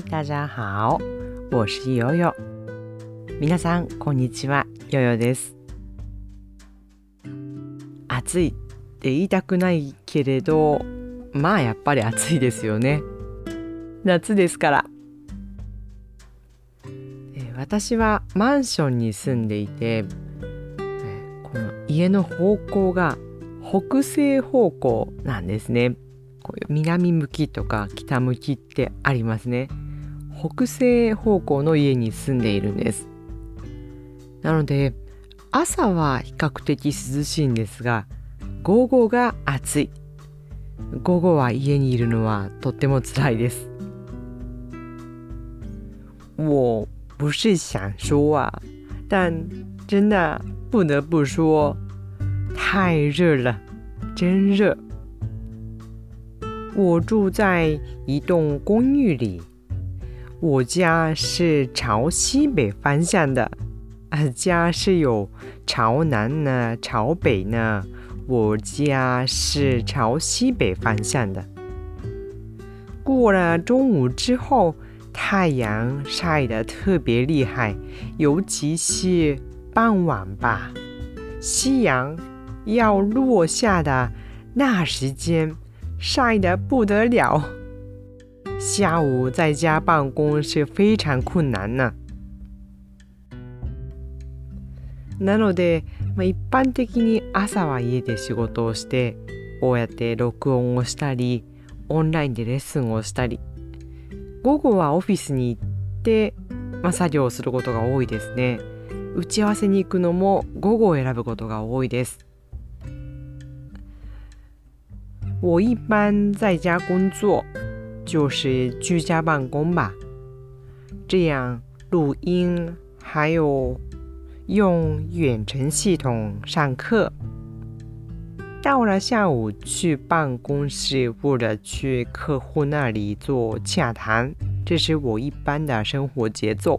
大家好，我是ヨヨ。皆さんこんにちは、ヨヨです。暑いって言いたくないけれど、まあやっぱり暑いですよね。夏ですから。私はマンションに住んでいて、この家の方向が北西方向なんですね。こういう南向きとか北向きってありますね。北西方向の家に住んでいるんです。なので朝は比較的涼しいんですが、午後が暑い。午後は家にいるのはとっても辛いです。我不是想说啊，但真的不得不说，太热了，真热。我住在一栋公寓里，我家是朝西北方向的，家是有朝南呢，朝北呢，我家是朝西北方向的。过了中午之后，太阳晒得特别厉害，尤其是傍晚吧，夕阳要落下的那时间，晒得不得了。下午在家办公是非常困難呢。なので、一般的に朝は家で仕事をして、こうやって録音をしたり、オンラインでレッスンをしたり、午後はオフィスに行って、作業をすることが多いですね。打ち合わせに行くのも午後を選ぶことが多いです。我一般在家工作，就是居家办公吧。这样录音，还有用远程系统上课。到了下午去办公室或者去客户那里做洽谈，这是我一般的生活节奏。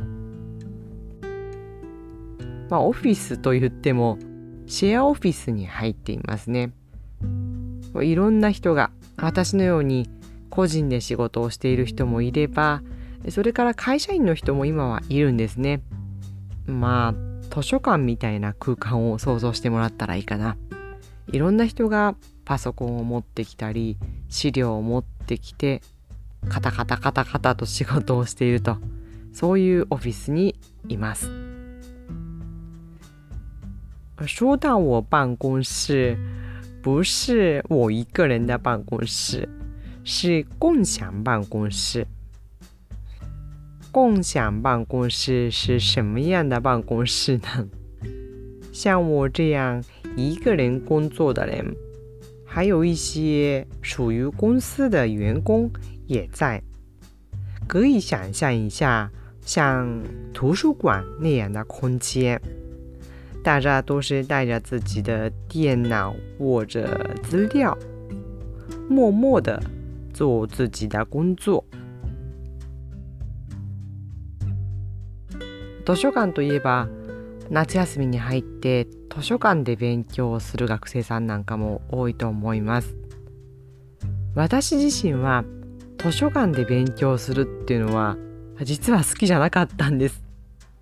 オフィスと言ってもシェアオフィスに入っていますね。いろんな人が、私のように個人で仕事をしている人もいれば、それから会社員の人も今はいるんですね。図書館みたいな空間を想像してもらったらいいかな。いろんな人がパソコンを持ってきたり、資料を持ってきて、カタカタカタカタと仕事をしていると、そういうオフィスにいます。说到我办公室，不是我一个人的办公室，是共享办公室。共享办公室是什么样的办公室呢？像我这样一个人工作的人，还有一些属于公司的员工也在。可以想象一下，像图书馆那样的空间，大家都是带着自己的电脑或者资料，默默的做自己的工作。図書館といえば、夏休みに入って図書館で勉強をする学生さんなんかも多いと思います。私自身は図書館で勉強するっていうのは実は好きじゃなかったんです。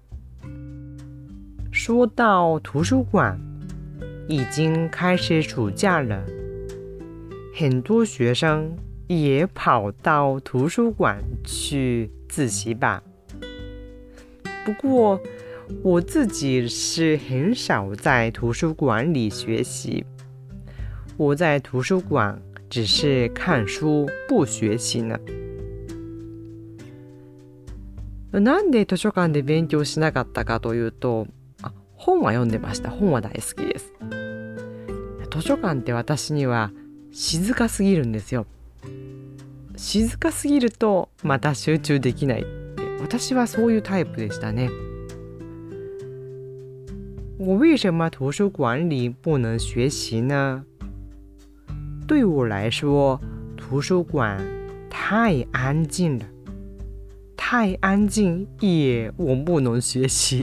说到图书馆，已经开始暑假了，很多学生也跑到图书馆去自习吧。不过我自己是很少在图书馆里学习，我在图書館只是看書不学習呢。なんで図書館で勉強しなかったかというと、本は読んでました。本は大好きです。図書館って私には静かすぎるんですよ。静かすぎるとまた集中できない。私はそういうタイプでしたね。我为什么图书馆里不能学习呢？对我来说，图书馆太安静了，太安静也我不能学習。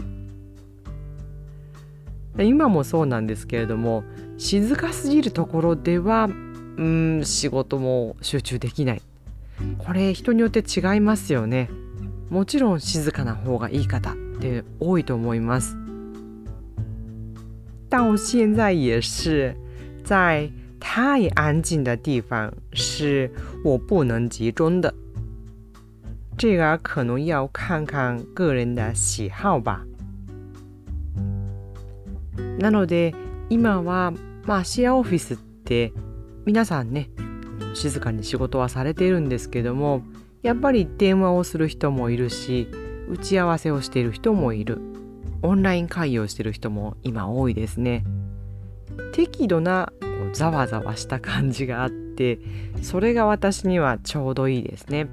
今もそうなんですけれども、静かすぎるところでは仕事も集中できない。これ人によって違いますよね。 もちろん静かな方がいい方って多いと思います。到现在也是，在太安静的地方是我不能集中的。这个可能要看看个人的喜好吧。なので今はシェアオフィスって皆さんね、静かに仕事はされているんですけども、やっぱり電話をする人もいるし、打ち合わせをしている人もいる。オンライン会議をしている人も今多いですね。適度なざわざわした感じがあって、それが私にはちょうどいいですね。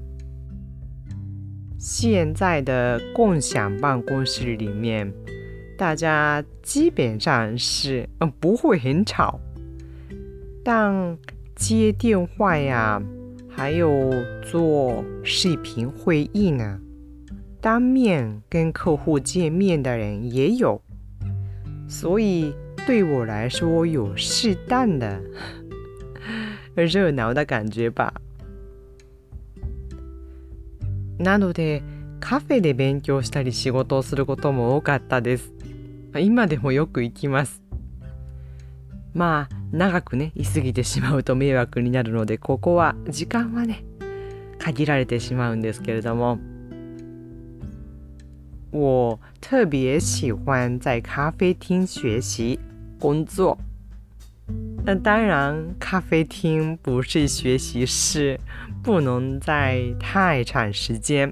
現在的共享办公室里面，大家基本上是不会很吵，但接电话呀，还有做视频会议呢，当面跟客户见面的人也有，所以对我来说有适当的热闹的感觉吧。なのでカフェで勉強したり仕事をすることも多かったです。今でもよく行きます。長くね、居すぎてしまうと迷惑になるので、ここは時間はね、限られてしまうんですけれども、我特别喜欢在咖啡厅学习工作。当然咖啡厅不是学习室，不能在太长时間。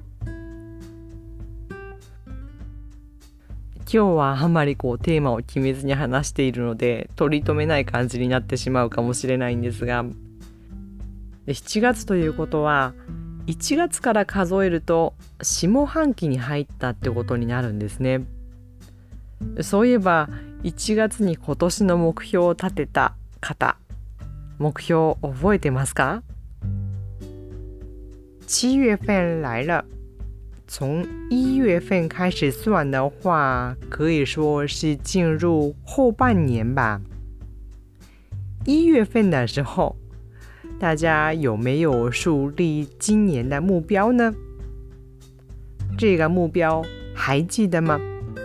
今日はあまりテーマを決めずに話しているので、取り留めない感じになってしまうかもしれないんですが、7月ということは1月から数えると下半期に入ったってことになるんですね。そういえば1月に今年の目標を立てた方、目標覚えてますか？7月份来了，从1月份开始算的话，可以说是进入后半年吧。1月份的时候，大家有没有树立今年的目标呢？这个目标还记得吗？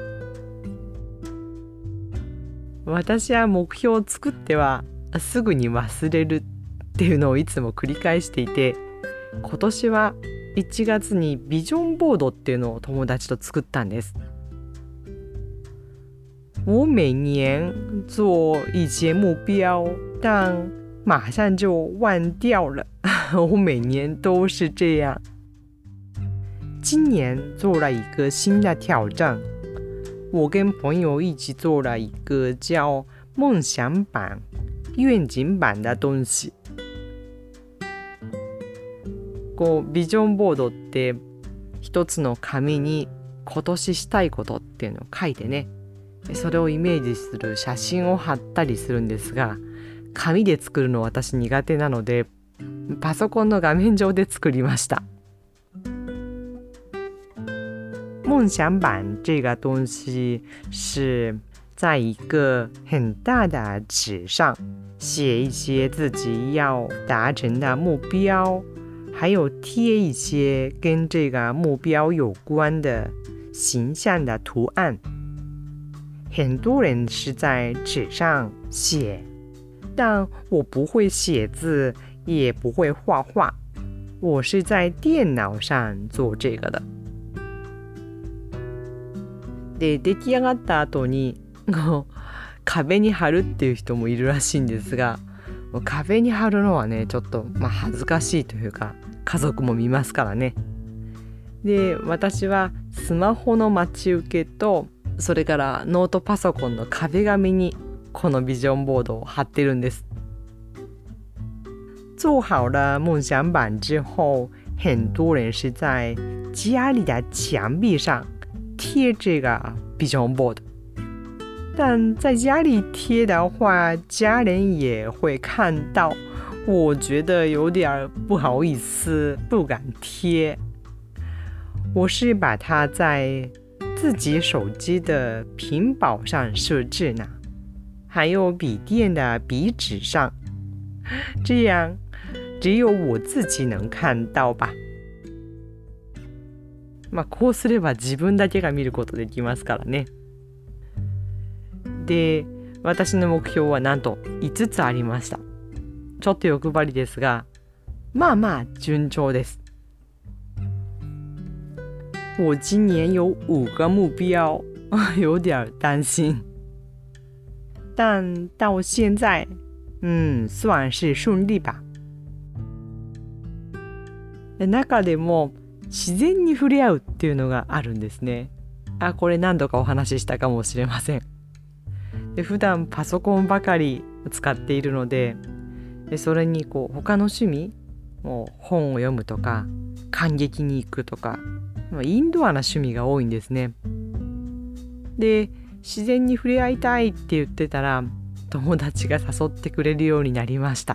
私は目標を作ってはすぐに忘れるっていうのをいつも繰り返していて、今年は1月にビジョンボードっていうのを友達と作ったんです。我每年做一些目标，但马上就忘掉了。我每年都是这样。今年做了一个新的挑战，我跟朋友一起做了一个叫梦想版、愿景版的东西。ビジョンボードって一つの紙に今年したいことっていうのを書いてね、それをイメージする写真を貼ったりするんですが、紙で作るの私苦手なのでパソコンの画面上で作りました。梦想版这个东西是在一个很大的纸上写一些自己要达成的目标，还有贴一些跟这个目标有关的形象的图案。很多人是在纸上写，但我不会写字，也不会画画，我是在电脑上做这个的。で、出来上がった後に壁に貼るっていう人もいるらしいんですが、壁に貼るのはね、ちょっと恥ずかしいというか、家族も見ますからね。で、私はスマホの待ち受けと、それからノートパソコンの壁紙にこのビジョンボードを貼ってるんです。做好了梦想版之后，很多人是在家里的墙壁上贴这个ビジョンボード。但在家里贴的话，家人也会看到，我觉得有点不好意思，不敢贴。我是把它在自己手机的屏保上设置呢，还有笔电的笔纸上，这样只有我自己能看到吧。 こうすれば自分だけが見ることできますからね。で、私の目標はなんと5つありました。ちょっと欲張りですが、順調です。我今年有5个目標，有點擔心。但到現在，算是順利吧。中でも自然に触れ合うっていうのがあるんですね。これ何度かお話ししたかもしれません。普段パソコンばかり使っているので、それに他の趣味、もう本を読むとか観劇に行くとか、インドアな趣味が多いんですね。で、自然に触れ合いたいって言ってたら、友達が誘ってくれるようになりました。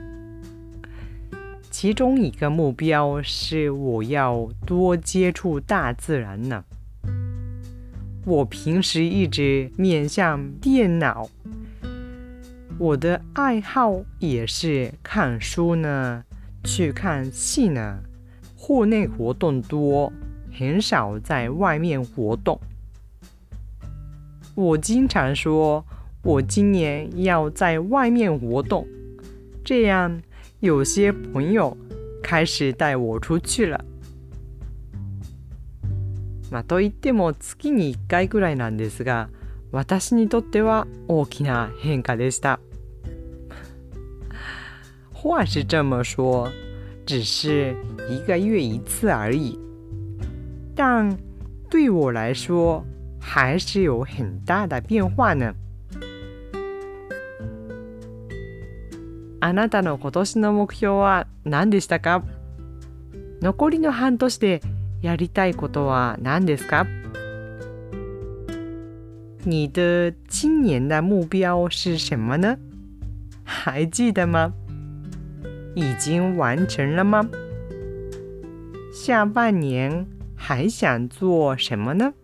其中一个目標是我要多接觸大自然呢。我平時一直面向電腦，我的愛好也是看書呢，去看戲呢，戶內活動多，很少在外面活動。我經常說，我今年要在外面活動，這樣有些朋友開始帶我出去了。と言っても月に1回くらいなんですが、私にとっては大きな変化でした。話是這麼說，只是1個月1次而已，但對我來說還是有很大的變化呢。あなたの今年の目標は何でしたか？残りの半年でやりたいことは何ですか？你的今年的目標是什麼呢？還記得嗎？已經完成了嗎？下半年還想做什麼呢？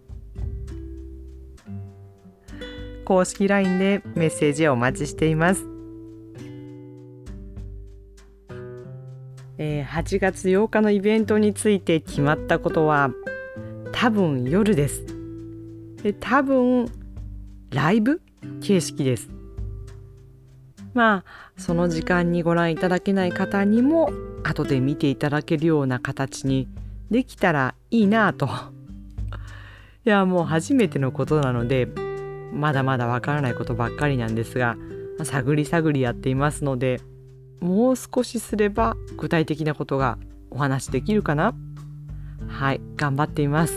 公式 LINE でメッセージをお待ちしています。8月8日のイベントについて決まったことは多分夜です。多分ライブ形式です。その時間にご覧いただけない方にも後で見ていただけるような形にできたらいいなと。いや、もう初めてのことなのでまだまだわからないことばっかりなんですが、探り探りやっていますので、もう少しすれば具体的なことがお話できるかな。はい、頑張っています。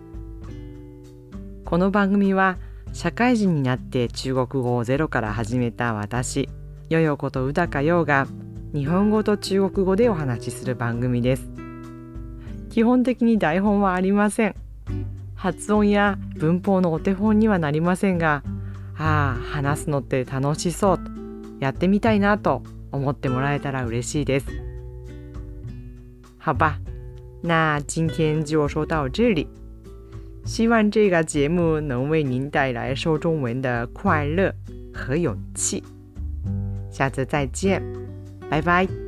この番組は社会人になって中国語をゼロから始めた私、よよこと宇高陽が日本語と中国語でお話しする番組です。基本的に台本はありません。発音や文法のお手本にはなりませんが、話すのって楽しそう、やってみたいなと思ってもらえたら嬉しいです。好吧，那今天就说到这里。希望这个节目能为您带来说中文的快乐和勇气。下次再见，拜拜。